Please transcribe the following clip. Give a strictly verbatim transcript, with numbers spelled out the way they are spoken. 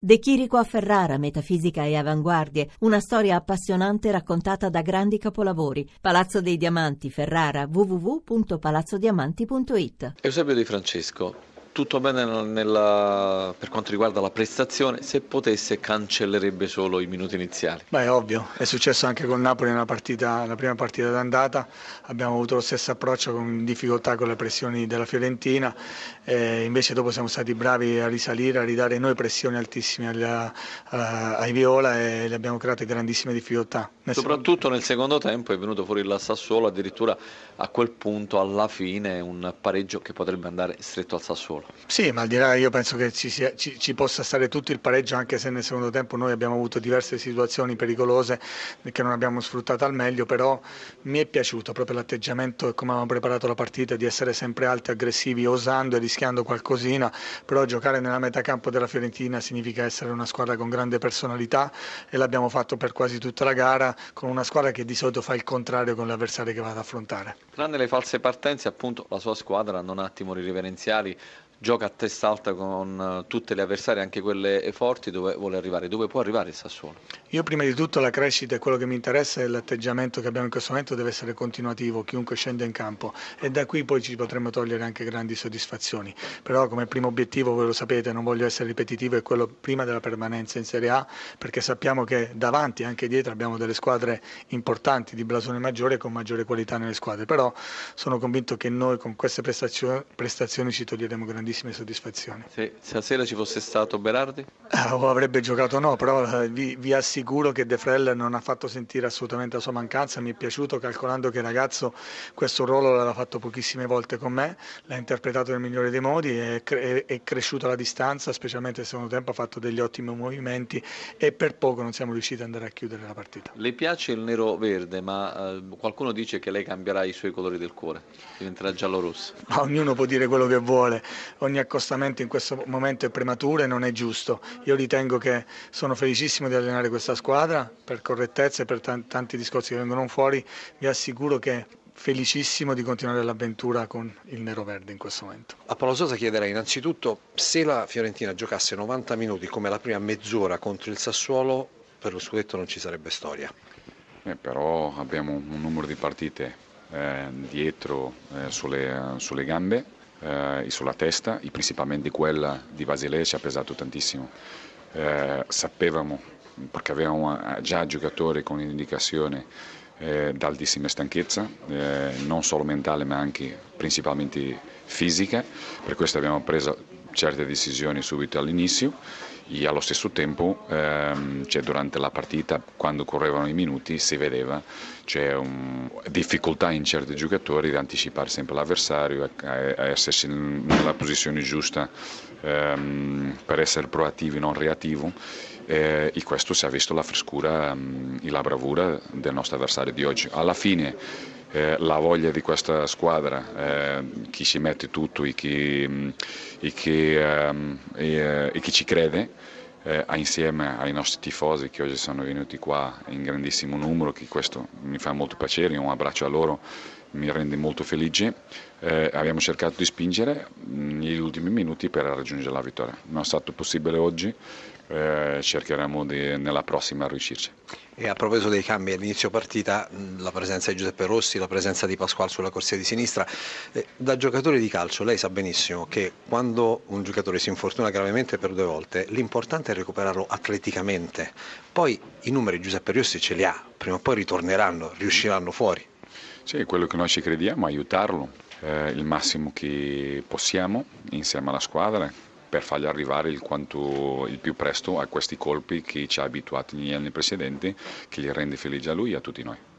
De Chirico a Ferrara, metafisica e avanguardie, una storia appassionante raccontata da grandi capolavori. Palazzo dei Diamanti, Ferrara, w w w punto palazzo diamanti punto it. Eusebio Di Francesco, tutto bene nella, per quanto riguarda la prestazione, se potesse cancellerebbe solo i minuti iniziali. Beh, è ovvio, è successo anche con Napoli nella partita, la prima partita d'andata, abbiamo avuto lo stesso approccio con difficoltà con le pressioni della Fiorentina, e invece dopo siamo stati bravi a risalire, a ridare noi pressioni altissime alla, a, ai Viola e le abbiamo create grandissime difficoltà. Nel Soprattutto secondo... nel secondo tempo è venuto fuori il Sassuolo, addirittura a quel punto alla fine un pareggio che potrebbe andare stretto al Sassuolo. Sì, ma al di là io penso che ci, sia, ci, ci possa stare tutto il pareggio, anche se nel secondo tempo noi abbiamo avuto diverse situazioni pericolose che non abbiamo sfruttato al meglio, però mi è piaciuto proprio l'atteggiamento e come abbiamo preparato la partita, di essere sempre alti, aggressivi, osando e rischiando qualcosina, però giocare nella metà campo della Fiorentina significa essere una squadra con grande personalità e l'abbiamo fatto per quasi tutta la gara, con una squadra che di solito fa il contrario con l'avversario che va ad affrontare. Tranne le false partenze, appunto, la sua squadra non ha timori reverenziali, gioca a testa alta con tutte le avversarie, anche quelle forti. Dove vuole arrivare? Dove può arrivare il Sassuolo? Io prima di tutto la crescita, e quello che mi interessa è l'atteggiamento che abbiamo in questo momento, deve essere continuativo, chiunque scende in campo, e da qui poi ci potremmo togliere anche grandi soddisfazioni, però come primo obiettivo, voi lo sapete, non voglio essere ripetitivo, è quello prima della permanenza in Serie A, perché sappiamo che davanti e anche dietro abbiamo delle squadre importanti di blasone maggiore e con maggiore qualità nelle squadre, però sono convinto che noi con queste prestazioni, prestazioni ci toglieremo grandissime soddisfazioni. Se stasera ci fosse stato Berardi? Eh, o avrebbe giocato no, però eh, vi, vi assicuro che De Frel non ha fatto sentire assolutamente la sua mancanza. Mi è piaciuto, calcolando che il ragazzo questo ruolo l'ha fatto pochissime volte con me, l'ha interpretato nel migliore dei modi, è, cre- è cresciuto alla distanza, specialmente nel secondo tempo ha fatto degli ottimi movimenti e per poco non siamo riusciti ad andare a chiudere la partita. Le piace il nero-verde, ma eh, qualcuno dice che lei cambierà i suoi colori del cuore, diventerà giallo-rosso. Ma ognuno può dire quello che vuole, ogni accostamento in questo momento è prematuro e non è giusto. Io ritengo che sono felicissimo di allenare questa squadra per correttezza e per t- tanti discorsi che vengono fuori. Vi assicuro che felicissimo di continuare l'avventura con il nero-verde in questo momento. A Paolo Sosa chiederei innanzitutto se la Fiorentina giocasse novanta minuti come la prima mezz'ora contro il Sassuolo, per lo scudetto non ci sarebbe storia. Eh, però abbiamo un numero di partite eh, dietro eh, sulle, sulle gambe eh, e sulla testa, e principalmente quella di Basilea ci ha pesato tantissimo. Eh, sapevamo, perché avevamo già giocatori con indicazione eh, di altissima stanchezza, eh, non solo mentale ma anche principalmente fisica, per questo abbiamo preso certe decisioni subito all'inizio e allo stesso tempo ehm, cioè durante la partita, quando correvano i minuti, si vedeva c'è un, difficoltà in certi giocatori di anticipare sempre l'avversario, a, a essersi nella posizione giusta ehm, per essere proattivi, non reattivi, eh, e questo si è visto la frescura um, e la bravura del nostro avversario di oggi. Alla fine eh, la voglia di questa squadra, eh, chi si mette tutto e chi, e chi, um, e, e chi ci crede, eh, insieme ai nostri tifosi che oggi sono venuti qua in grandissimo numero, che questo mi fa molto piacere, un abbraccio a loro, mi rende molto felice. Eh, abbiamo cercato di spingere negli ultimi minuti per raggiungere la vittoria. Non è stato possibile oggi, eh, cercheremo di, nella prossima a riuscirci. E a proposito dei cambi all'inizio partita, la presenza di Giuseppe Rossi, la presenza di Pasquale sulla corsia di sinistra, eh, da giocatore di calcio lei sa benissimo che quando un giocatore si infortuna gravemente per due volte, l'importante è recuperarlo atleticamente. Poi i numeri Giuseppe Rossi ce li ha, prima o poi ritorneranno, riusciranno fuori. Sì, quello che noi ci crediamo, aiutarlo eh, il massimo che possiamo insieme alla squadra per fargli arrivare il, quanto, il più presto a questi colpi che ci ha abituati negli anni precedenti, che gli rende felice a lui e a tutti noi.